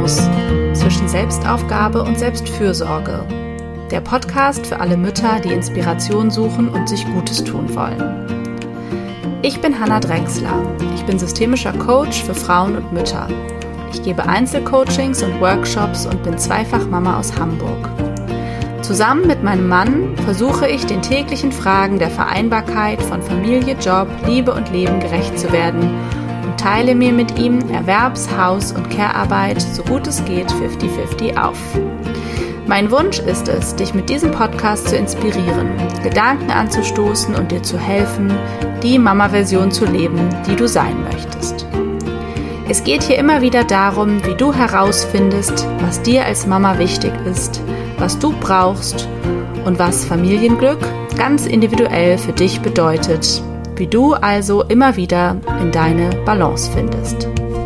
Balance zwischen Selbstaufgabe und Selbstfürsorge. Der Podcast für alle Mütter, die Inspiration suchen und sich Gutes tun wollen. Ich bin Hanna Drechsler. Ich bin systemischer Coach für Frauen und Mütter. Ich gebe Einzelcoachings und Workshops und bin zweifach Mama aus Hamburg. Zusammen mit meinem Mann versuche ich, den täglichen Fragen der Vereinbarkeit von Familie, Job, Liebe und Leben gerecht zu werden und teile mir mit ihm Erwerbs-, Haus- und Care-Arbeit so gut es geht 50-50 auf. Mein Wunsch ist es, dich mit diesem Podcast zu inspirieren, Gedanken anzustoßen und dir zu helfen, die Mama-Version zu leben, die du sein möchtest. Es geht hier immer wieder darum, wie du herausfindest, was dir als Mama wichtig ist, was du brauchst und was Familienglück ganz individuell für dich bedeutet, wie du also immer wieder in deine Balance findest.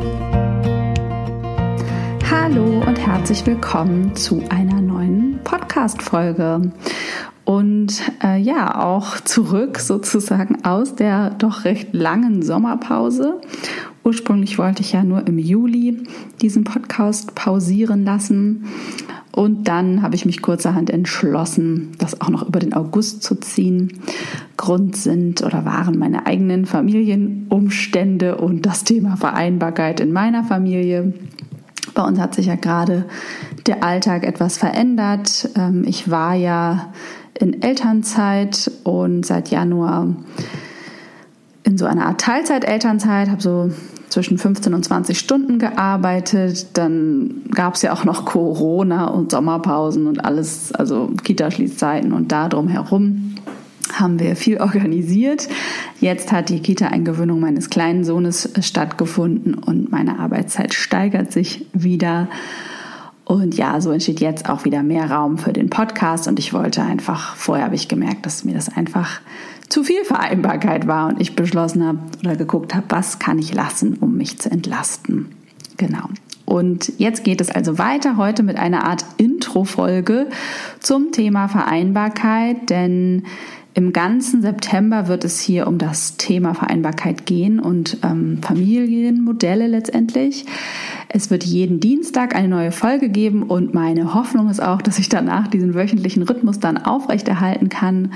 Hallo und herzlich willkommen zu einer neuen Podcast-Folge. Und auch zurück sozusagen aus der doch recht langen Sommerpause. Ursprünglich wollte ich ja nur im Juli diesen Podcast pausieren lassen. Und dann habe ich mich kurzerhand entschlossen, das auch noch über den August zu ziehen. Grund waren meine eigenen Familienumstände und das Thema Vereinbarkeit in meiner Familie. Bei uns hat sich ja gerade der Alltag etwas verändert. Ich war ja in Elternzeit und seit Januar in so einer Art Teilzeit-Elternzeit, habe so zwischen 15 und 20 Stunden gearbeitet. Dann gab es ja auch noch Corona und Sommerpausen und alles, also Kita-Schließzeiten und da drum herum haben wir viel organisiert. Jetzt hat die Kita-Eingewöhnung meines kleinen Sohnes stattgefunden und meine Arbeitszeit steigert sich wieder. Und ja, so entsteht jetzt auch wieder mehr Raum für den Podcast und ich wollte einfach, vorher habe ich gemerkt, dass mir das einfach zu viel Vereinbarkeit war und ich beschlossen habe oder geguckt habe, was kann ich lassen, um mich zu entlasten. Genau. Und jetzt geht es also weiter heute mit einer Art Intro-Folge zum Thema Vereinbarkeit, denn im ganzen September wird es hier um das Thema Vereinbarkeit gehen und Familienmodelle letztendlich. Es wird jeden Dienstag eine neue Folge geben und meine Hoffnung ist auch, dass ich danach diesen wöchentlichen Rhythmus dann aufrechterhalten kann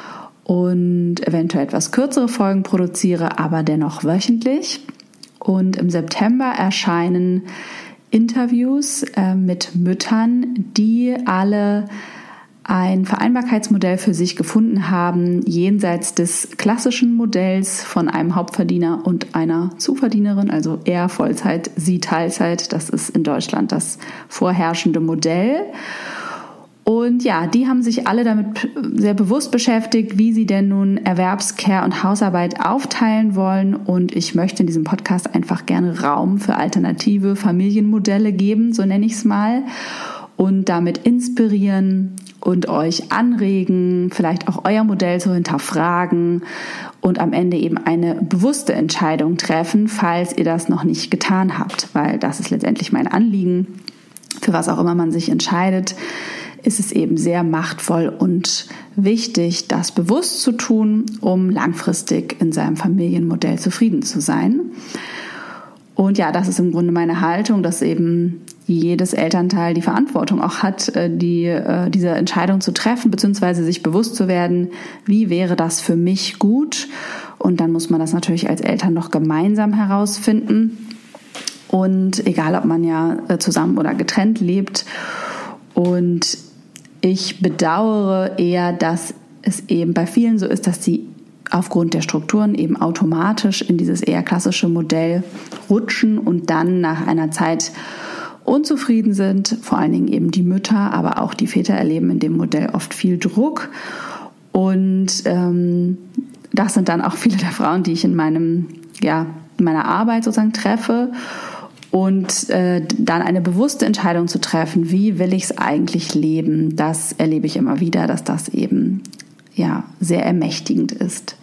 und eventuell etwas kürzere Folgen produziere, aber dennoch wöchentlich. Und im September erscheinen Interviews mit Müttern, die alle ein Vereinbarkeitsmodell für sich gefunden haben, jenseits des klassischen Modells von einem Hauptverdiener und einer Zuverdienerin, also er Vollzeit, sie Teilzeit. Das ist in Deutschland das vorherrschende Modell. Und ja, die haben sich alle damit sehr bewusst beschäftigt, wie sie denn nun Erwerbs-, Care- und Hausarbeit aufteilen wollen. Und ich möchte in diesem Podcast einfach gerne Raum für alternative Familienmodelle geben, so nenne ich es mal, und damit inspirieren und euch anregen, vielleicht auch euer Modell zu hinterfragen und am Ende eben eine bewusste Entscheidung treffen, falls ihr das noch nicht getan habt, weil das ist letztendlich mein Anliegen. Für was auch immer man sich entscheidet, ist es eben sehr machtvoll und wichtig, das bewusst zu tun, um langfristig in seinem Familienmodell zufrieden zu sein. Und ja, das ist im Grunde meine Haltung, dass eben jedes Elternteil die Verantwortung auch hat, diese Entscheidung zu treffen, beziehungsweise sich bewusst zu werden, wie wäre das für mich gut. Und dann muss man das natürlich als Eltern noch gemeinsam herausfinden. Und egal, ob man ja zusammen oder getrennt lebt. Und ich bedauere eher, dass es eben bei vielen so ist, dass sie aufgrund der Strukturen eben automatisch in dieses eher klassische Modell rutschen und dann nach einer Zeit unzufrieden sind. Vor allen Dingen eben die Mütter, aber auch die Väter erleben in dem Modell oft viel Druck. Und das sind dann auch viele der Frauen, die ich in meiner Arbeit sozusagen treffe. Und dann eine bewusste Entscheidung zu treffen, wie will ich es eigentlich leben, das erlebe ich immer wieder, dass das eben sehr ermächtigend ist.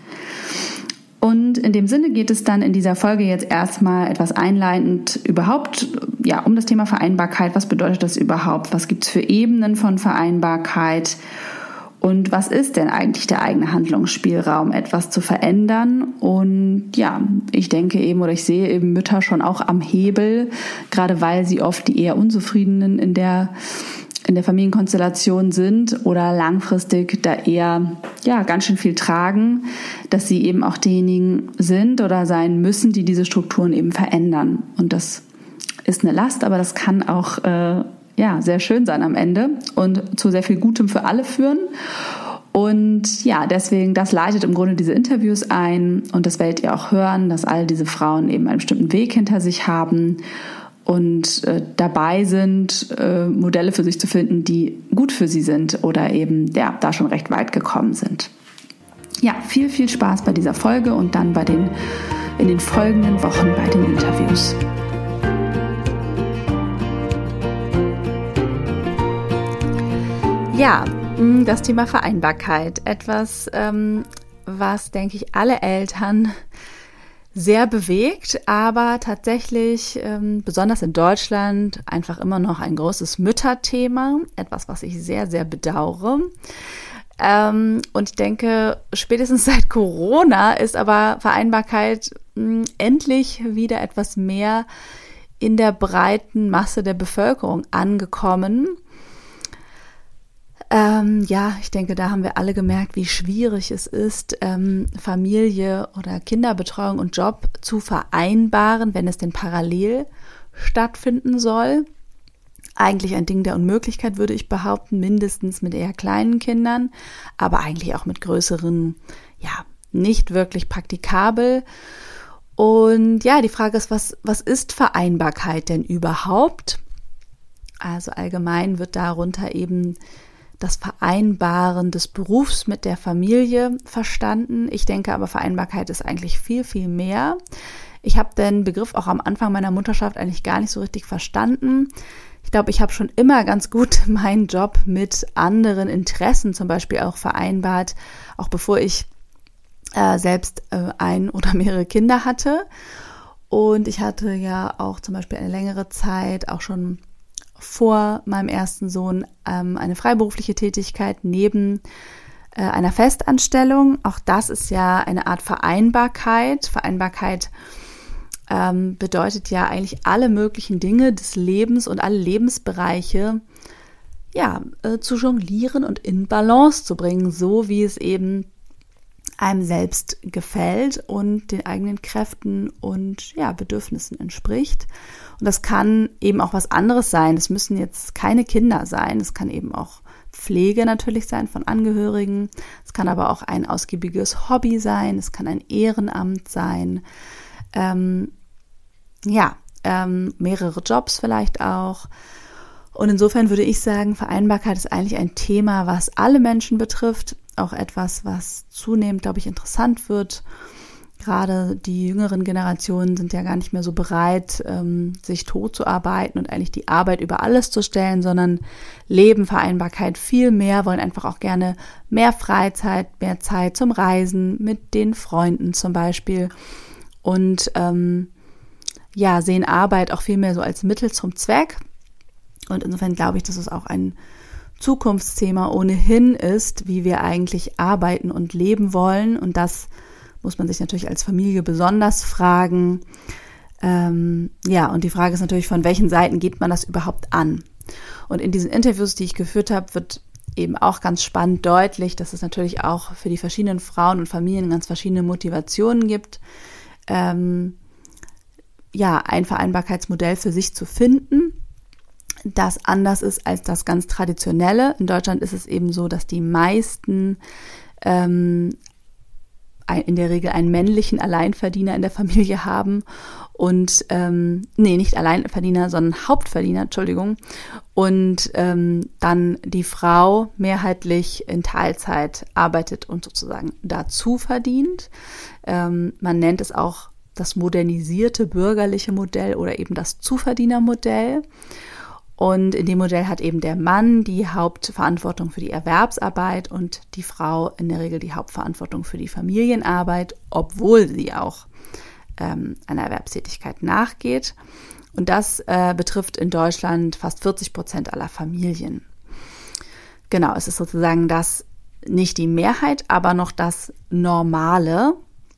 Und in dem Sinne geht es dann in dieser Folge jetzt erstmal etwas einleitend überhaupt um das Thema Vereinbarkeit. Was bedeutet das überhaupt? Was gibt es für Ebenen von Vereinbarkeit? Und was ist denn eigentlich der eigene Handlungsspielraum, etwas zu verändern? Und ja, ich denke eben oder ich sehe eben Mütter schon auch am Hebel, gerade weil sie oft die eher Unzufriedenen in der Familienkonstellation sind oder langfristig da eher ganz schön viel tragen, dass sie eben auch diejenigen sind oder sein müssen, die diese Strukturen eben verändern. Und das ist eine Last, aber das kann auch sehr schön sein am Ende und zu sehr viel Gutem für alle führen. Und ja, deswegen, das leitet im Grunde diese Interviews ein und das werdet ihr auch hören, dass all diese Frauen eben einen bestimmten Weg hinter sich haben und dabei sind, Modelle für sich zu finden, die gut für sie sind oder eben da schon recht weit gekommen sind. Ja, viel, viel Spaß bei dieser Folge und dann in den folgenden Wochen bei den Interviews. Ja, das Thema Vereinbarkeit. Etwas, was, denke ich, alle Eltern sehr bewegt, aber tatsächlich, besonders in Deutschland, einfach immer noch ein großes Mütterthema. Etwas, was ich sehr, sehr bedauere. Und ich denke, spätestens seit Corona ist aber Vereinbarkeit endlich wieder etwas mehr in der breiten Masse der Bevölkerung angekommen. Ich denke, da haben wir alle gemerkt, wie schwierig es ist, Familie oder Kinderbetreuung und Job zu vereinbaren, wenn es denn parallel stattfinden soll. Eigentlich ein Ding der Unmöglichkeit, würde ich behaupten, mindestens mit eher kleinen Kindern, aber eigentlich auch mit größeren, nicht wirklich praktikabel. Und ja, die Frage ist, was ist Vereinbarkeit denn überhaupt? Also allgemein wird darunter eben das Vereinbaren des Berufs mit der Familie verstanden. Ich denke aber, Vereinbarkeit ist eigentlich viel, viel mehr. Ich habe den Begriff auch am Anfang meiner Mutterschaft eigentlich gar nicht so richtig verstanden. Ich glaube, ich habe schon immer ganz gut meinen Job mit anderen Interessen zum Beispiel auch vereinbart, auch bevor ich selbst ein oder mehrere Kinder hatte. Und ich hatte ja auch zum Beispiel eine längere Zeit auch schon vor meinem ersten Sohn eine freiberufliche Tätigkeit neben einer Festanstellung. Auch das ist ja eine Art Vereinbarkeit. Vereinbarkeit bedeutet ja eigentlich alle möglichen Dinge des Lebens und alle Lebensbereiche zu jonglieren und in Balance zu bringen, so wie es eben einem selbst gefällt und den eigenen Kräften und Bedürfnissen entspricht. Und das kann eben auch was anderes sein. Das müssen jetzt keine Kinder sein. Es kann eben auch Pflege natürlich sein von Angehörigen. Es kann aber auch ein ausgiebiges Hobby sein. Es kann ein Ehrenamt sein. Mehrere Jobs vielleicht auch. Und insofern würde ich sagen, Vereinbarkeit ist eigentlich ein Thema, was alle Menschen betrifft. Auch etwas, was zunehmend, glaube ich, interessant wird. Gerade die jüngeren Generationen sind ja gar nicht mehr so bereit, sich totzuarbeiten und eigentlich die Arbeit über alles zu stellen, sondern leben Vereinbarkeit viel mehr, wollen einfach auch gerne mehr Freizeit, mehr Zeit zum Reisen mit den Freunden zum Beispiel und sehen Arbeit auch viel mehr so als Mittel zum Zweck. Und insofern glaube ich, dass es auch ein Zukunftsthema ohnehin ist, wie wir eigentlich arbeiten und leben wollen. Und das muss man sich natürlich als Familie besonders fragen. Und die Frage ist natürlich, von welchen Seiten geht man das überhaupt an? Und in diesen Interviews, die ich geführt habe, wird eben auch ganz spannend deutlich, dass es natürlich auch für die verschiedenen Frauen und Familien ganz verschiedene Motivationen gibt, ein Vereinbarkeitsmodell für sich zu finden, das anders ist als das ganz traditionelle. In Deutschland ist es eben so, dass die meisten in der Regel einen männlichen Alleinverdiener in der Familie haben und nicht Alleinverdiener, sondern Hauptverdiener, und dann die Frau mehrheitlich in Teilzeit arbeitet und sozusagen dazu verdient. Man nennt es auch das modernisierte bürgerliche Modell oder eben das Zuverdienermodell. Und in dem Modell hat eben der Mann die Hauptverantwortung für die Erwerbsarbeit und die Frau in der Regel die Hauptverantwortung für die Familienarbeit, obwohl sie auch einer Erwerbstätigkeit nachgeht. Und das betrifft in Deutschland fast 40% aller Familien. Genau, es ist sozusagen das nicht die Mehrheit, aber noch das Normale.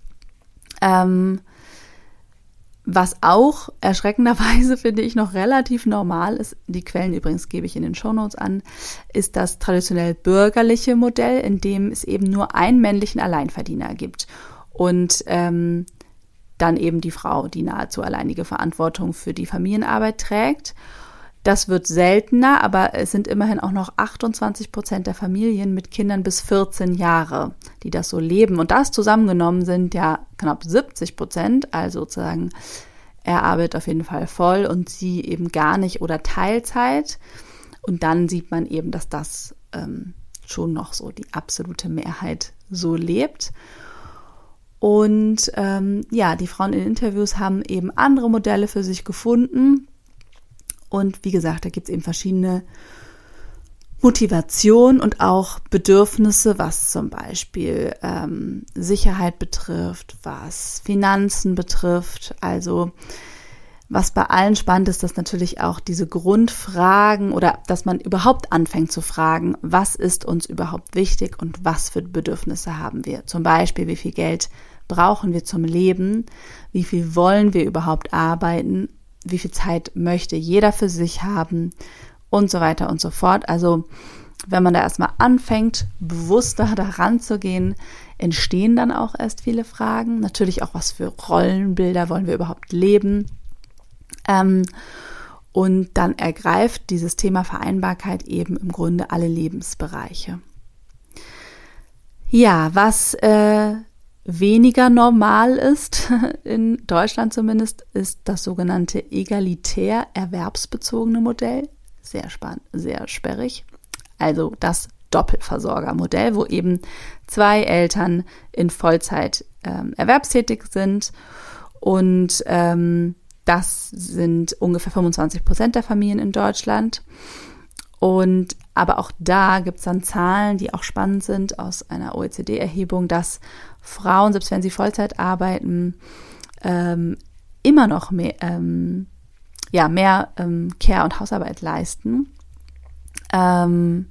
Was auch erschreckenderweise, finde ich, noch relativ normal ist, die Quellen übrigens gebe ich in den Shownotes an, ist das traditionell bürgerliche Modell, in dem es eben nur einen männlichen Alleinverdiener gibt und dann eben die Frau, die nahezu alleinige Verantwortung für die Familienarbeit trägt. Das wird seltener, aber es sind immerhin auch noch 28% der Familien mit Kindern bis 14 Jahre, die das so leben. Und das zusammengenommen sind ja knapp 70%, also sozusagen er arbeitet auf jeden Fall voll und sie eben gar nicht oder Teilzeit. Und dann sieht man eben, dass das schon noch so die absolute Mehrheit so lebt. Und die Frauen in Interviews haben eben andere Modelle für sich gefunden. Und wie gesagt, da gibt es eben verschiedene Motivationen und auch Bedürfnisse, was zum Beispiel Sicherheit betrifft, was Finanzen betrifft. Also was bei allen spannend ist, dass natürlich auch diese Grundfragen oder dass man überhaupt anfängt zu fragen, was ist uns überhaupt wichtig und was für Bedürfnisse haben wir. Zum Beispiel, wie viel Geld brauchen wir zum Leben, wie viel wollen wir überhaupt arbeiten, wie viel Zeit möchte jeder für sich haben und so weiter und so fort. Also wenn man da erstmal anfängt, bewusster daran zu gehen, entstehen dann auch erst viele Fragen. Natürlich auch, was für Rollenbilder wollen wir überhaupt leben. Und dann ergreift dieses Thema Vereinbarkeit eben im Grunde alle Lebensbereiche. Ja, was weniger normal ist, in Deutschland zumindest, ist das sogenannte egalitär erwerbsbezogene Modell. Sehr spannend, sehr sperrig. Also das Doppelversorgermodell, wo eben 2 Eltern in Vollzeit erwerbstätig sind und das sind ungefähr 25% der Familien in Deutschland. Und aber auch da gibt es dann Zahlen, die auch spannend sind aus einer OECD-Erhebung, dass Frauen, selbst wenn sie Vollzeit arbeiten, immer noch mehr Care- und Hausarbeit leisten. Und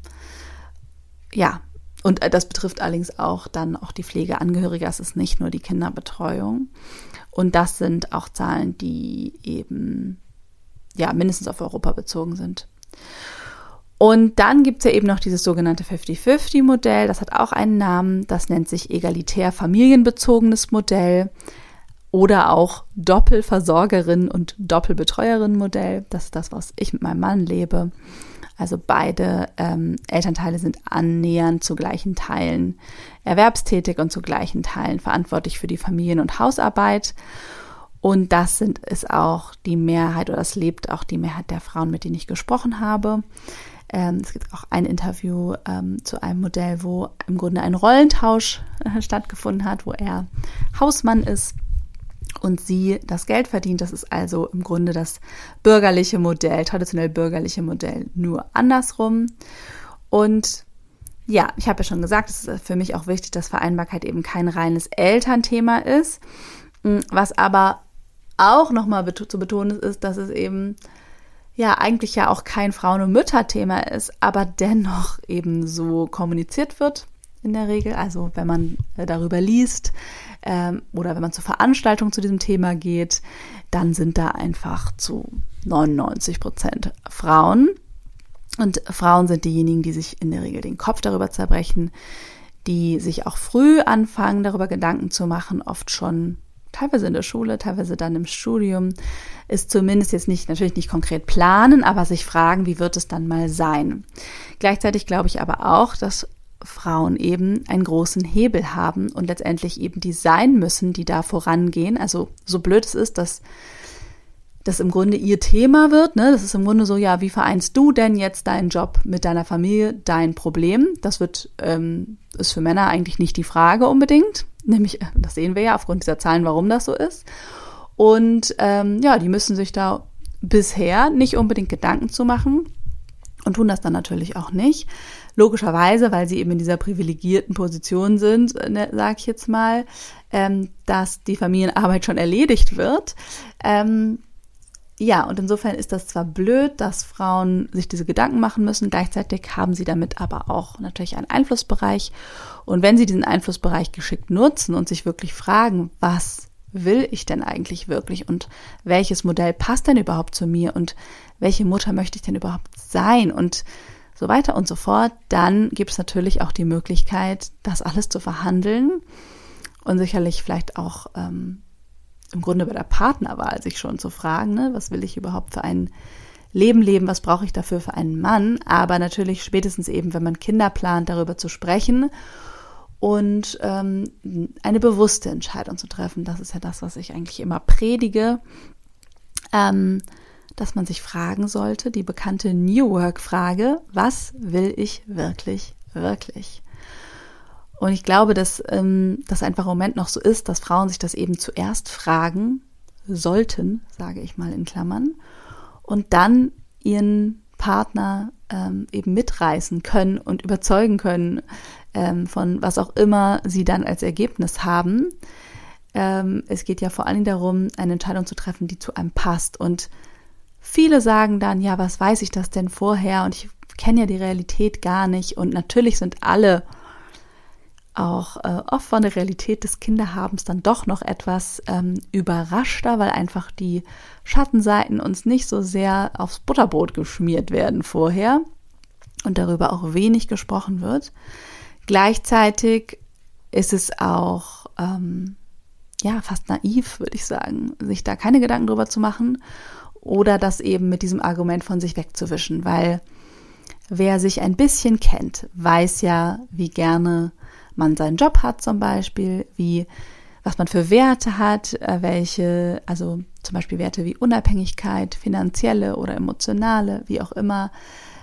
das betrifft allerdings auch dann auch die Pflegeangehörige. Es ist nicht nur die Kinderbetreuung. Und das sind auch Zahlen, die eben mindestens auf Europa bezogen sind. Und dann gibt es ja eben noch dieses sogenannte 50-50-Modell, das hat auch einen Namen, das nennt sich egalitär familienbezogenes Modell oder auch Doppelversorgerin- und Doppelbetreuerin-Modell. Das ist das, was ich mit meinem Mann lebe. Also beide Elternteile sind annähernd zu gleichen Teilen erwerbstätig und zu gleichen Teilen verantwortlich für die Familien- und Hausarbeit. Und das ist auch die Mehrheit oder das lebt auch die Mehrheit der Frauen, mit denen ich gesprochen habe. Es gibt auch ein Interview zu einem Modell, wo im Grunde ein Rollentausch stattgefunden hat, wo er Hausmann ist und sie das Geld verdient. Das ist also im Grunde das bürgerliche Modell, traditionell bürgerliche Modell, nur andersrum. Und ja, ich habe ja schon gesagt, es ist für mich auch wichtig, dass Vereinbarkeit eben kein reines Elternthema ist. Was aber auch nochmal zu betonen ist, dass es eben eigentlich ja auch kein Frauen- und Mütterthema ist, aber dennoch eben so kommuniziert wird in der Regel. Also wenn man darüber liest oder wenn man zur Veranstaltung zu diesem Thema geht, dann sind da einfach zu 99% Frauen. Und Frauen sind diejenigen, die sich in der Regel den Kopf darüber zerbrechen, die sich auch früh anfangen, darüber Gedanken zu machen, oft schon teilweise in der Schule, teilweise dann im Studium, ist zumindest jetzt natürlich nicht konkret planen, aber sich fragen, wie wird es dann mal sein. Gleichzeitig glaube ich aber auch, dass Frauen eben einen großen Hebel haben und letztendlich eben die sein müssen, die da vorangehen. Also so blöd es ist, dass das im Grunde ihr Thema wird, ne? Das ist im Grunde so, ja, wie vereinst du denn jetzt deinen Job mit deiner Familie, dein Problem? Das ist für Männer eigentlich nicht die Frage unbedingt. Nämlich, das sehen wir ja aufgrund dieser Zahlen, warum das so ist. Und die müssen sich da bisher nicht unbedingt Gedanken zu machen und tun das dann natürlich auch nicht. Logischerweise, weil sie eben in dieser privilegierten Position sind, sage ich jetzt mal, dass die Familienarbeit schon erledigt wird. Ja, und insofern ist das zwar blöd, dass Frauen sich diese Gedanken machen müssen, gleichzeitig haben sie damit aber auch natürlich einen Einflussbereich. Und wenn sie diesen Einflussbereich geschickt nutzen und sich wirklich fragen, was will ich denn eigentlich wirklich und welches Modell passt denn überhaupt zu mir und welche Mutter möchte ich denn überhaupt sein und so weiter und so fort, dann gibt es natürlich auch die Möglichkeit, das alles zu verhandeln und sicherlich vielleicht auch im Grunde bei der Partnerwahl sich schon zu fragen, ne, was will ich überhaupt für ein Leben leben, was brauche ich dafür für einen Mann, aber natürlich spätestens eben, wenn man Kinder plant, darüber zu sprechen und eine bewusste Entscheidung zu treffen. Das ist ja das, was ich eigentlich immer predige, dass man sich fragen sollte, die bekannte New Work-Frage, was will ich wirklich, wirklich? Und ich glaube, dass das einfach im Moment noch so ist, dass Frauen sich das eben zuerst fragen sollten, sage ich mal in Klammern, und dann ihren Partner eben mitreißen können und überzeugen können von was auch immer sie dann als Ergebnis haben. Es geht ja vor allen Dingen darum, eine Entscheidung zu treffen, die zu einem passt. Und viele sagen dann, ja, was weiß ich das denn vorher? Und ich kenne ja die Realität gar nicht. Und natürlich sind alle auch oft von der Realität des Kinderhabens dann doch noch etwas überraschter, weil einfach die Schattenseiten uns nicht so sehr aufs Butterbrot geschmiert werden vorher und darüber auch wenig gesprochen wird. Gleichzeitig ist es auch fast naiv, würde ich sagen, sich da keine Gedanken drüber zu machen oder das eben mit diesem Argument von sich wegzuwischen, weil wer sich ein bisschen kennt, weiß ja, wie gerne man seinen Job hat zum Beispiel, was man für Werte hat, also zum Beispiel Werte wie Unabhängigkeit, finanzielle oder emotionale, wie auch immer,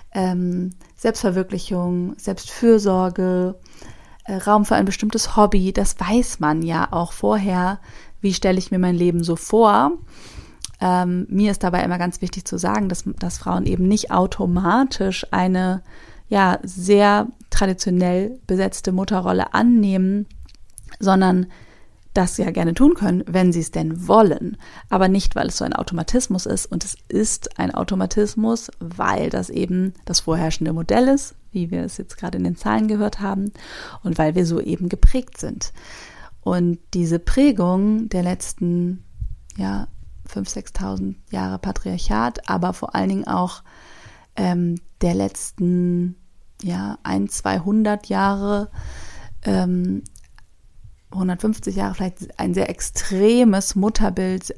Selbstverwirklichung, Selbstfürsorge, Raum für ein bestimmtes Hobby, das weiß man ja auch vorher, wie stelle ich mir mein Leben so vor. Mir ist dabei immer ganz wichtig zu sagen, dass Frauen eben nicht automatisch eine sehr traditionell besetzte Mutterrolle annehmen, sondern das ja gerne tun können, wenn sie es denn wollen. Aber nicht, weil es so ein Automatismus ist. Und es ist ein Automatismus, weil das eben das vorherrschende Modell ist, wie wir es jetzt gerade in den Zahlen gehört haben, und weil wir so eben geprägt sind. Und diese Prägung der letzten 5.000, 6.000 Jahre Patriarchat, aber vor allen Dingen auch der letzten 200 Jahre, 150 Jahre vielleicht ein sehr extremes Mutterbild,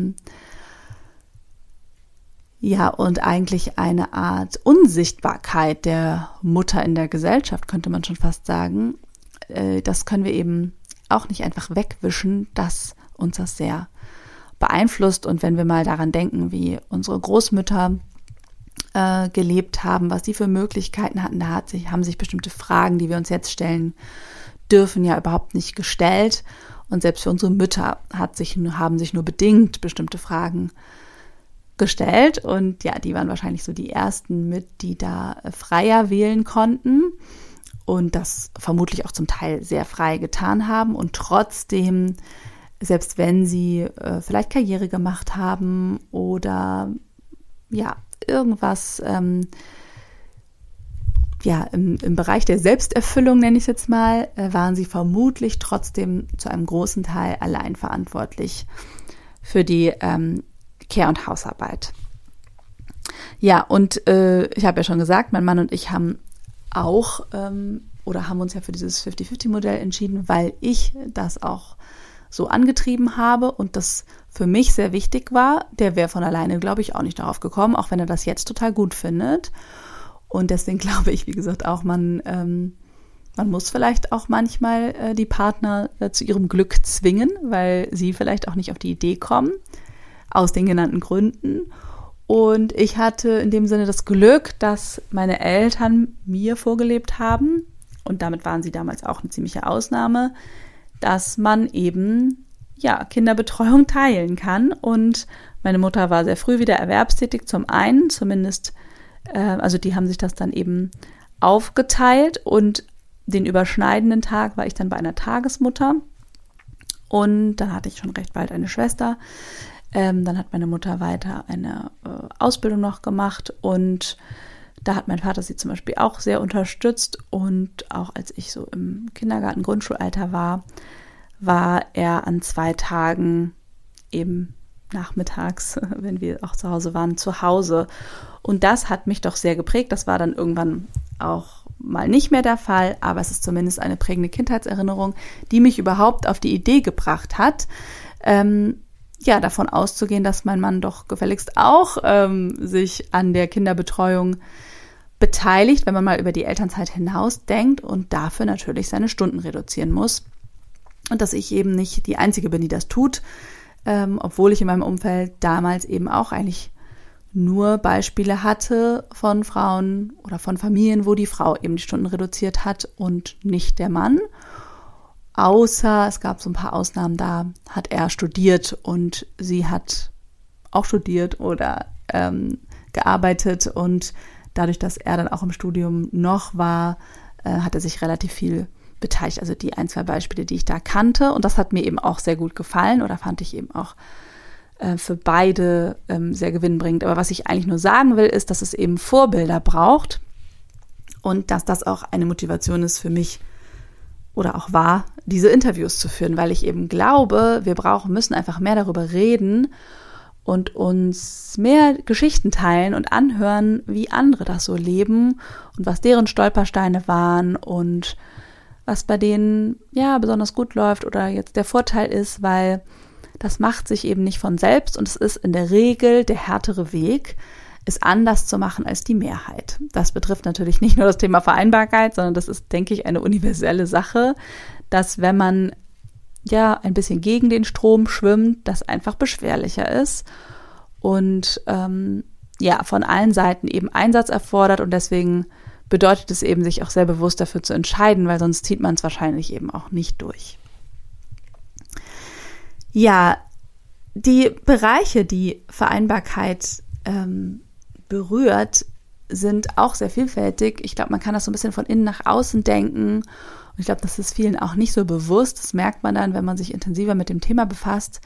und eigentlich eine Art Unsichtbarkeit der Mutter in der Gesellschaft, könnte man schon fast sagen. Das können wir eben auch nicht einfach wegwischen, dass uns das sehr beeinflusst. Und wenn wir mal daran denken, wie unsere Großmütter gelebt haben, was sie für Möglichkeiten hatten, haben sich bestimmte Fragen, die wir uns jetzt stellen dürfen, ja überhaupt nicht gestellt. Und selbst für unsere Mütter haben sich nur bedingt bestimmte Fragen gestellt. Und ja, die waren wahrscheinlich so die ersten die da freier wählen konnten und das vermutlich auch zum Teil sehr frei getan haben. Und trotzdem, selbst wenn sie vielleicht Karriere gemacht haben oder irgendwas im Bereich der Selbsterfüllung, nenne ich es jetzt mal, waren sie vermutlich trotzdem zu einem großen Teil allein verantwortlich für die Care- und Hausarbeit. Ja, und ich habe ja schon gesagt, mein Mann und ich haben auch haben uns ja für dieses 50-50-Modell entschieden, weil ich das auch so angetrieben habe und das für mich sehr wichtig war. Der wäre von alleine, glaube ich, auch nicht darauf gekommen, auch wenn er das jetzt total gut findet. Und deswegen glaube ich, wie gesagt, auch man muss vielleicht auch manchmal die Partner zu ihrem Glück zwingen, weil sie vielleicht auch nicht auf die Idee kommen, aus den genannten Gründen. Und ich hatte in dem Sinne das Glück, dass meine Eltern mir vorgelebt haben, und damit waren sie damals auch eine ziemliche Ausnahme, dass man eben Kinderbetreuung teilen kann. Und meine Mutter war sehr früh wieder erwerbstätig, zum einen zumindest, also die haben sich das dann eben aufgeteilt, und den überschneidenden Tag war ich dann bei einer Tagesmutter, und dann hatte ich schon recht bald eine Schwester. Dann hat meine Mutter weiter eine Ausbildung noch gemacht und da hat mein Vater sie zum Beispiel auch sehr unterstützt. Und auch als ich so im Kindergarten, Grundschulalter war er an 2 Tagen eben nachmittags, wenn wir auch zu Hause waren, zu Hause. Und das hat mich doch sehr geprägt. Das war dann irgendwann auch mal nicht mehr der Fall, aber es ist zumindest eine prägende Kindheitserinnerung, die mich überhaupt auf die Idee gebracht hat, davon auszugehen, dass mein Mann doch gefälligst auch sich an der Kinderbetreuung beteiligt, wenn man mal über die Elternzeit hinaus denkt und dafür natürlich seine Stunden reduzieren muss. Und dass ich eben nicht die Einzige bin, die das tut, obwohl ich in meinem Umfeld damals eben auch eigentlich nur Beispiele hatte von Frauen oder von Familien, wo die Frau eben die Stunden reduziert hat und nicht der Mann. Außer es gab so ein paar Ausnahmen, da hat er studiert und sie hat auch studiert oder gearbeitet und dadurch, dass er dann auch im Studium noch war, hat er sich relativ viel beteiligt. Also die 1, 2 Beispiele, die ich da kannte. Und das hat mir eben auch sehr gut gefallen oder fand ich eben auch für beide sehr gewinnbringend. Aber was ich eigentlich nur sagen will, ist, dass es eben Vorbilder braucht und dass das auch eine Motivation ist für mich oder auch war, diese Interviews zu führen, weil ich eben glaube, wir müssen einfach mehr darüber reden und uns mehr Geschichten teilen und anhören, wie andere das so leben und was deren Stolpersteine waren und was bei denen ja besonders gut läuft oder jetzt der Vorteil ist, weil das macht sich eben nicht von selbst und es ist in der Regel der härtere Weg, es anders zu machen als die Mehrheit. Das betrifft natürlich nicht nur das Thema Vereinbarkeit, sondern das ist, denke ich, eine universelle Sache, dass wenn man ja ein bisschen gegen den Strom schwimmt, das einfach beschwerlicher ist und von allen Seiten eben Einsatz erfordert und deswegen bedeutet es eben, sich auch sehr bewusst dafür zu entscheiden, weil sonst zieht man es wahrscheinlich eben auch nicht durch. Ja, die Bereiche, die Vereinbarkeit berührt, sind auch sehr vielfältig. Ich glaube, man kann das so ein bisschen von innen nach außen denken. Und ich glaube, das ist vielen auch nicht so bewusst. Das merkt man dann, wenn man sich intensiver mit dem Thema befasst.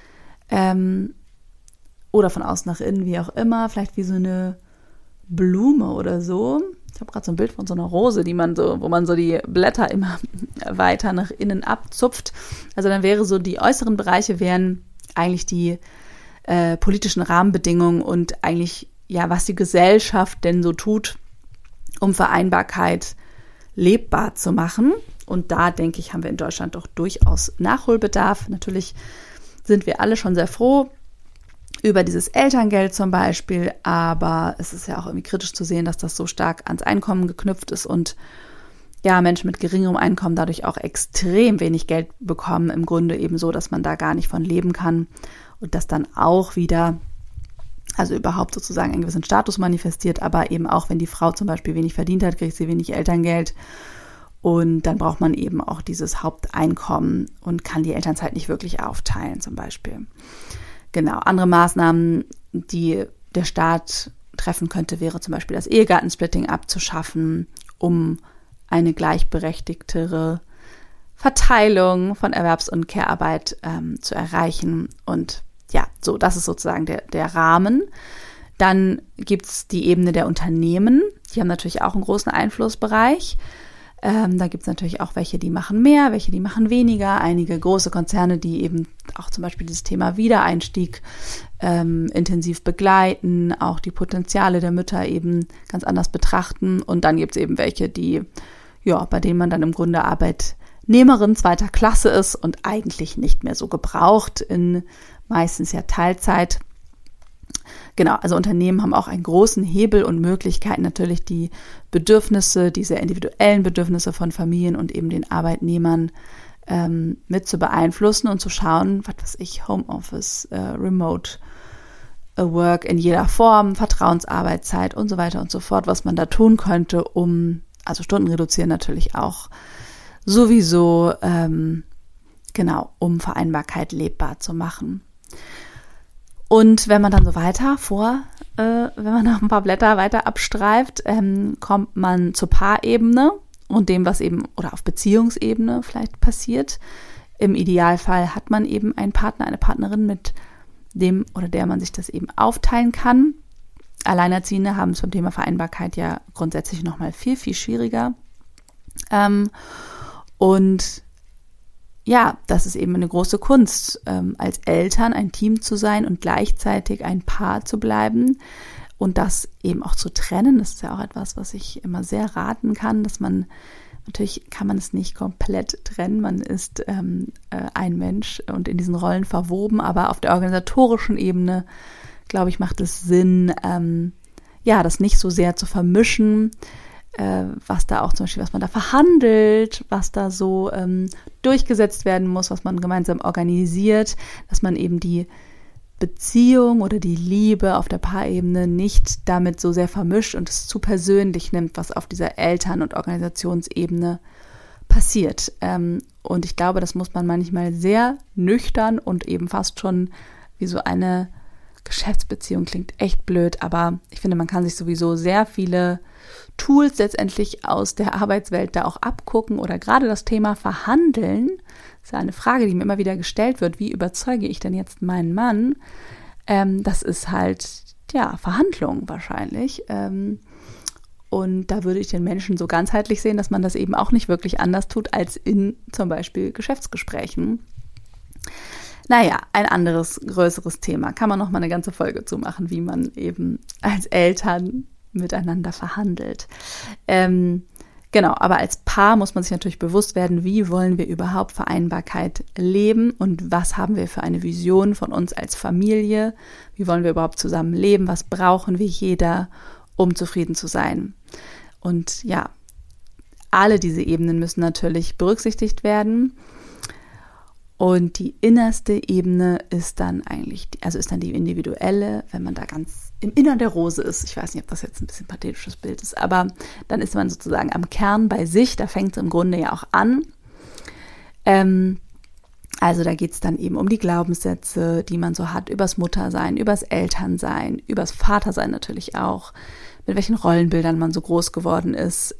Oder von außen nach innen, wie auch immer. Vielleicht wie so eine Blume oder so. Ich habe gerade so ein Bild von so einer Rose, wo man so die Blätter immer weiter nach innen abzupft. Also dann wäre so, die äußeren Bereiche wären eigentlich die politischen Rahmenbedingungen und eigentlich, ja, was die Gesellschaft denn so tut, um Vereinbarkeit lebbar zu machen. Und da, denke ich, haben wir in Deutschland doch durchaus Nachholbedarf. Natürlich sind wir alle schon sehr froh über dieses Elterngeld zum Beispiel, aber es ist ja auch irgendwie kritisch zu sehen, dass das so stark ans Einkommen geknüpft ist und ja, Menschen mit geringerem Einkommen dadurch auch extrem wenig Geld bekommen, im Grunde eben so, dass man da gar nicht von leben kann und das dann auch wieder, also überhaupt sozusagen einen gewissen Status manifestiert, aber eben auch, wenn die Frau zum Beispiel wenig verdient hat, kriegt sie wenig Elterngeld und dann braucht man eben auch dieses Haupteinkommen und kann die Elternzeit nicht wirklich aufteilen zum Beispiel. Genau, andere Maßnahmen, die der Staat treffen könnte, wäre zum Beispiel das Ehegattensplitting abzuschaffen, um eine gleichberechtigtere Verteilung von Erwerbs- und Care-Arbeit zu erreichen. Und ja, so, das ist sozusagen der Rahmen. Dann gibt es die Ebene der Unternehmen. Die haben natürlich auch einen großen Einflussbereich. Da gibt es natürlich auch welche, die machen mehr, welche, die machen weniger. Einige große Konzerne, die eben auch zum Beispiel dieses Thema Wiedereinstieg intensiv begleiten, auch die Potenziale der Mütter eben ganz anders betrachten. Und dann gibt es eben welche, bei denen man dann im Grunde Arbeitnehmerin zweiter Klasse ist und eigentlich nicht mehr so gebraucht, in meistens ja Teilzeit. Genau, also Unternehmen haben auch einen großen Hebel und Möglichkeiten, natürlich die Bedürfnisse, diese individuellen Bedürfnisse von Familien und eben den Arbeitnehmern mit zu beeinflussen und zu schauen, Homeoffice, Remote Work in jeder Form, Vertrauensarbeitszeit und so weiter und so fort, was man da tun könnte, also Stunden reduzieren natürlich auch sowieso, um Vereinbarkeit lebbar zu machen. Und wenn man dann so wenn man noch ein paar Blätter weiter abstreift, kommt man zur Paarebene und dem, was eben, oder auf Beziehungsebene vielleicht passiert. Im Idealfall hat man eben einen Partner, eine Partnerin, mit dem oder der man sich das eben aufteilen kann. Alleinerziehende haben es beim Thema Vereinbarkeit ja grundsätzlich nochmal viel, viel schwieriger. Und ja, das ist eben eine große Kunst, als Eltern ein Team zu sein und gleichzeitig ein Paar zu bleiben und das eben auch zu trennen. Das ist ja auch etwas, was ich immer sehr raten kann, dass man, natürlich kann man es nicht komplett trennen, man ist ein Mensch und in diesen Rollen verwoben, aber auf der organisatorischen Ebene, glaube ich, macht es Sinn, das nicht so sehr zu vermischen, was da auch zum Beispiel, was man da verhandelt, was da so durchgesetzt werden muss, was man gemeinsam organisiert, dass man eben die Beziehung oder die Liebe auf der Paarebene nicht damit so sehr vermischt und es zu persönlich nimmt, was auf dieser Eltern- und Organisationsebene passiert. Und ich glaube, das muss man manchmal sehr nüchtern und eben fast schon wie so eine Geschäftsbeziehung, klingt echt blöd, aber ich finde, man kann sich sowieso sehr viele Tools letztendlich aus der Arbeitswelt da auch abgucken oder gerade das Thema Verhandeln, ist ja eine Frage, die mir immer wieder gestellt wird, wie überzeuge ich denn jetzt meinen Mann? Das ist halt, Verhandlung wahrscheinlich. Und da würde ich den Menschen so ganzheitlich sehen, dass man das eben auch nicht wirklich anders tut als in zum Beispiel Geschäftsgesprächen. Naja, ein anderes, größeres Thema. Kann man noch mal eine ganze Folge zu machen, wie man eben als Eltern miteinander verhandelt. Genau, aber als Paar muss man sich natürlich bewusst werden, wie wollen wir überhaupt Vereinbarkeit leben und was haben wir für eine Vision von uns als Familie? Wie wollen wir überhaupt zusammen leben? Was brauchen wir jeder, um zufrieden zu sein? Und ja, alle diese Ebenen müssen natürlich berücksichtigt werden. Und die innerste Ebene ist dann die individuelle, wenn man da ganz im Innern der Rose ist. Ich weiß nicht, ob das jetzt ein bisschen pathetisches Bild ist, aber dann ist man sozusagen am Kern bei sich. Da fängt es im Grunde ja auch an. Also da geht es dann eben um die Glaubenssätze, die man so hat, übers Muttersein, übers Elternsein, übers Vatersein natürlich auch, mit welchen Rollenbildern man so groß geworden ist.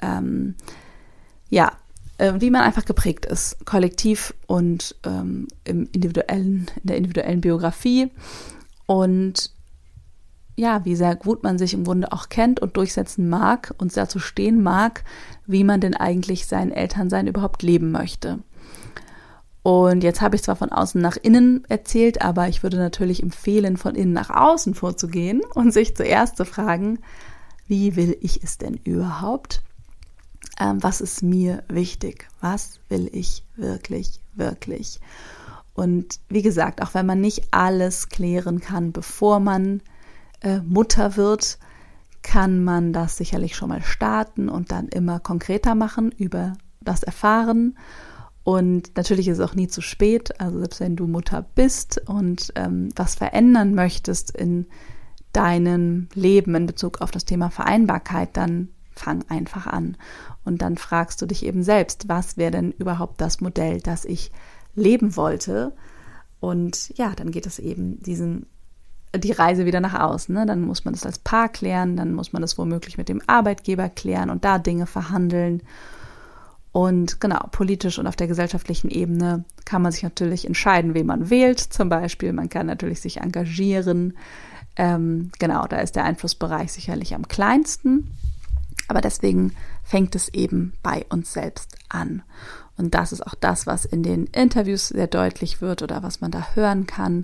Wie man einfach geprägt ist, kollektiv und in der individuellen Biografie und ja, wie sehr gut man sich im Grunde auch kennt und durchsetzen mag und dazu stehen mag, wie man denn eigentlich sein Elternsein überhaupt leben möchte. Und jetzt habe ich zwar von außen nach innen erzählt, aber ich würde natürlich empfehlen, von innen nach außen vorzugehen und sich zuerst zu fragen, wie will ich es denn überhaupt? Was ist mir wichtig? Was will ich wirklich, wirklich? Und wie gesagt, auch wenn man nicht alles klären kann, bevor man Mutter wird, kann man das sicherlich schon mal starten und dann immer konkreter machen über das Erfahren. Und natürlich ist es auch nie zu spät. Also selbst wenn du Mutter bist und was verändern möchtest in deinem Leben in Bezug auf das Thema Vereinbarkeit, dann fang einfach an. Und dann fragst du dich eben selbst, was wäre denn überhaupt das Modell, das ich leben wollte? Und ja, dann geht es eben die Reise wieder nach außen. Ne? Dann muss man das als Paar klären, dann muss man das womöglich mit dem Arbeitgeber klären und da Dinge verhandeln. Und genau, politisch und auf der gesellschaftlichen Ebene kann man sich natürlich entscheiden, wen man wählt. Zum Beispiel, man kann natürlich sich engagieren. Genau, da ist der Einflussbereich sicherlich am kleinsten. Aber deswegen fängt es eben bei uns selbst an. Und das ist auch das, was in den Interviews sehr deutlich wird oder was man da hören kann,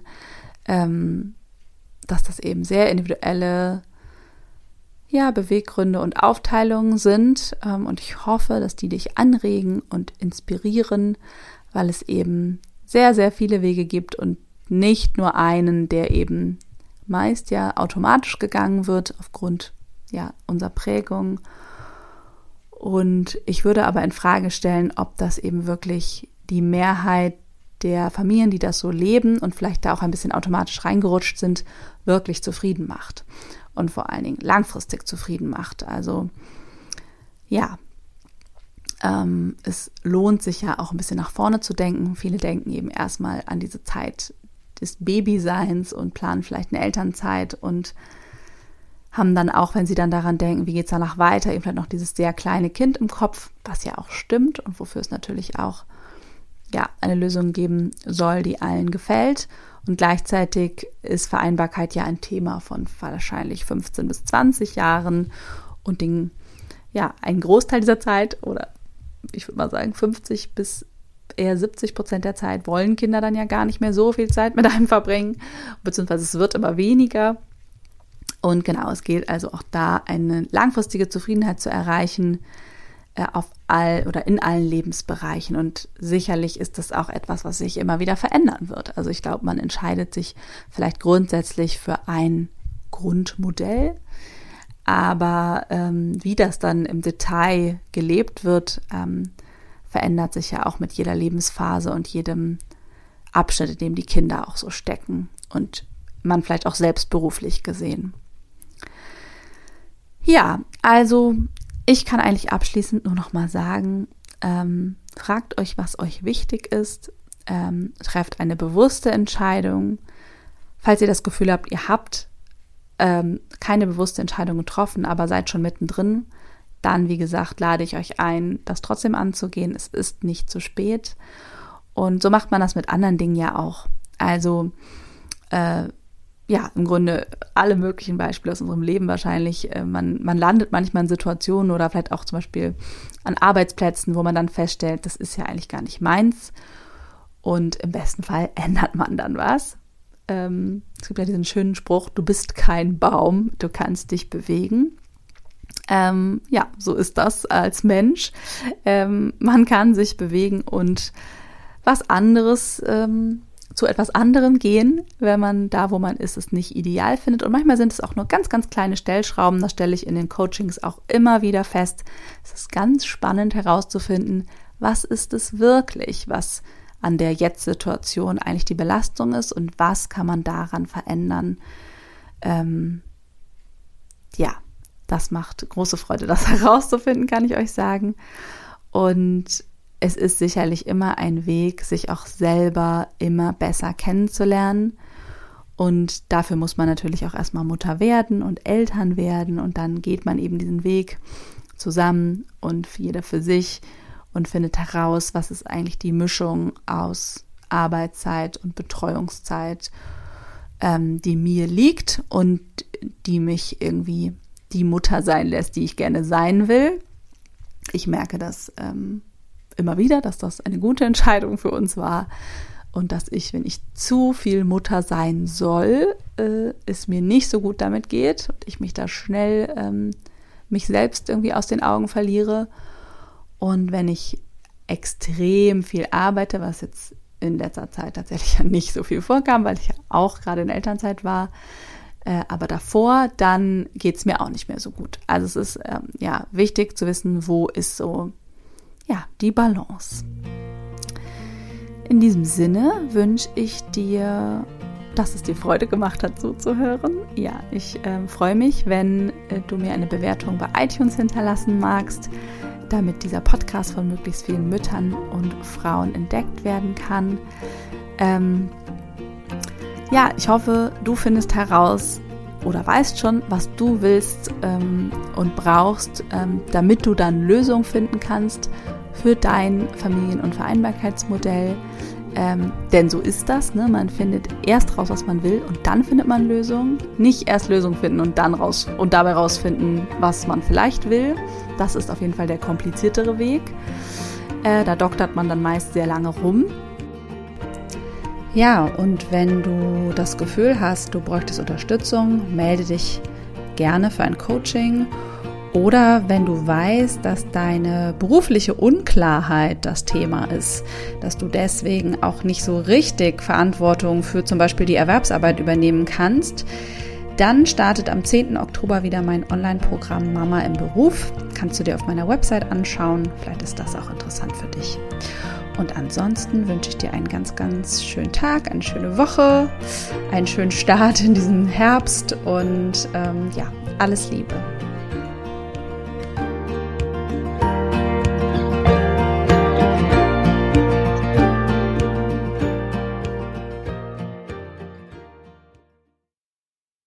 dass das eben sehr individuelle Beweggründe und Aufteilungen sind. Und ich hoffe, dass die dich anregen und inspirieren, weil es eben sehr, sehr viele Wege gibt und nicht nur einen, der eben meist ja automatisch gegangen wird aufgrund unserer Prägung. Und ich würde aber in Frage stellen, ob das eben wirklich die Mehrheit der Familien, die das so leben und vielleicht da auch ein bisschen automatisch reingerutscht sind, wirklich zufrieden macht. Und vor allen Dingen langfristig zufrieden macht. Also es lohnt sich ja auch ein bisschen nach vorne zu denken. Viele denken eben erstmal an diese Zeit des Babyseins und planen vielleicht eine Elternzeit und haben dann auch, wenn sie dann daran denken, wie geht es danach weiter, eben vielleicht noch dieses sehr kleine Kind im Kopf, was ja auch stimmt und wofür es natürlich auch eine Lösung geben soll, die allen gefällt. Und gleichzeitig ist Vereinbarkeit ja ein Thema von wahrscheinlich 15 bis 20 Jahren und ein Großteil dieser Zeit, oder ich würde mal sagen 50 bis eher 70% der Zeit, wollen Kinder dann ja gar nicht mehr so viel Zeit mit einem verbringen, beziehungsweise es wird immer weniger. Und genau, es gilt also auch da, eine langfristige Zufriedenheit zu erreichen, in allen Lebensbereichen. Und sicherlich ist das auch etwas, was sich immer wieder verändern wird. Also ich glaube, man entscheidet sich vielleicht grundsätzlich für ein Grundmodell, aber wie das dann im Detail gelebt wird, verändert sich ja auch mit jeder Lebensphase und jedem Abschnitt, in dem die Kinder auch so stecken und man vielleicht auch selbst beruflich gesehen. Ja, also ich kann eigentlich abschließend nur noch mal sagen, fragt euch, was euch wichtig ist, trefft eine bewusste Entscheidung. Falls ihr das Gefühl habt, ihr habt keine bewusste Entscheidung getroffen, aber seid schon mittendrin, dann, wie gesagt, lade ich euch ein, das trotzdem anzugehen. Es ist nicht zu spät. Und so macht man das mit anderen Dingen ja auch. Also im Grunde alle möglichen Beispiele aus unserem Leben wahrscheinlich. Man landet manchmal in Situationen oder vielleicht auch zum Beispiel an Arbeitsplätzen, wo man dann feststellt, das ist ja eigentlich gar nicht meins. Und im besten Fall ändert man dann was. Es gibt ja diesen schönen Spruch, du bist kein Baum, du kannst dich bewegen. So ist das als Mensch. Man kann sich bewegen und was anderes zu etwas anderem gehen, wenn man da, wo man ist, es nicht ideal findet. Und manchmal sind es auch nur ganz, ganz kleine Stellschrauben. Das stelle ich in den Coachings auch immer wieder fest. Es ist ganz spannend herauszufinden, was ist es wirklich, was an der Jetzt-Situation eigentlich die Belastung ist und was kann man daran verändern. Das macht große Freude, das herauszufinden, kann ich euch sagen. Und es ist sicherlich immer ein Weg, sich auch selber immer besser kennenzulernen. Und dafür muss man natürlich auch erstmal Mutter werden und Eltern werden. Und dann geht man eben diesen Weg zusammen und jeder für sich und findet heraus, was ist eigentlich die Mischung aus Arbeitszeit und Betreuungszeit, die mir liegt und die mich irgendwie die Mutter sein lässt, die ich gerne sein will. Ich merke das immer wieder, dass das eine gute Entscheidung für uns war und dass ich, wenn ich zu viel Mutter sein soll, es mir nicht so gut damit geht und ich mich da schnell mich selbst irgendwie aus den Augen verliere. Und wenn ich extrem viel arbeite, was jetzt in letzter Zeit tatsächlich nicht so viel vorkam, weil ich ja auch gerade in Elternzeit war, aber davor, dann geht es mir auch nicht mehr so gut. Also es ist wichtig zu wissen, wo ist so die Balance. In diesem Sinne wünsche ich dir, dass es dir Freude gemacht hat, zuzuhören. Ja, ich freue mich, wenn du mir eine Bewertung bei iTunes hinterlassen magst, damit dieser Podcast von möglichst vielen Müttern und Frauen entdeckt werden kann. Ich hoffe, du findest heraus oder weißt schon, was du willst und brauchst, damit du dann Lösungen finden kannst für dein Familien- und Vereinbarkeitsmodell. Denn so ist das, ne? Man findet erst raus, was man will und dann findet man Lösungen. Nicht erst Lösungen finden und dann dabei rausfinden, was man vielleicht will. Das ist auf jeden Fall der kompliziertere Weg. Da doktert man dann meist sehr lange rum. Ja, und wenn du das Gefühl hast, du bräuchtest Unterstützung, melde dich gerne für ein Coaching. Oder wenn du weißt, dass deine berufliche Unklarheit das Thema ist, dass du deswegen auch nicht so richtig Verantwortung für zum Beispiel die Erwerbsarbeit übernehmen kannst, dann startet am 10. Oktober wieder mein Online-Programm Mama im Beruf. Kannst du dir auf meiner Website anschauen. Vielleicht ist das auch interessant für dich. Und ansonsten wünsche ich dir einen ganz, ganz schönen Tag, eine schöne Woche, einen schönen Start in diesen Herbst und alles Liebe.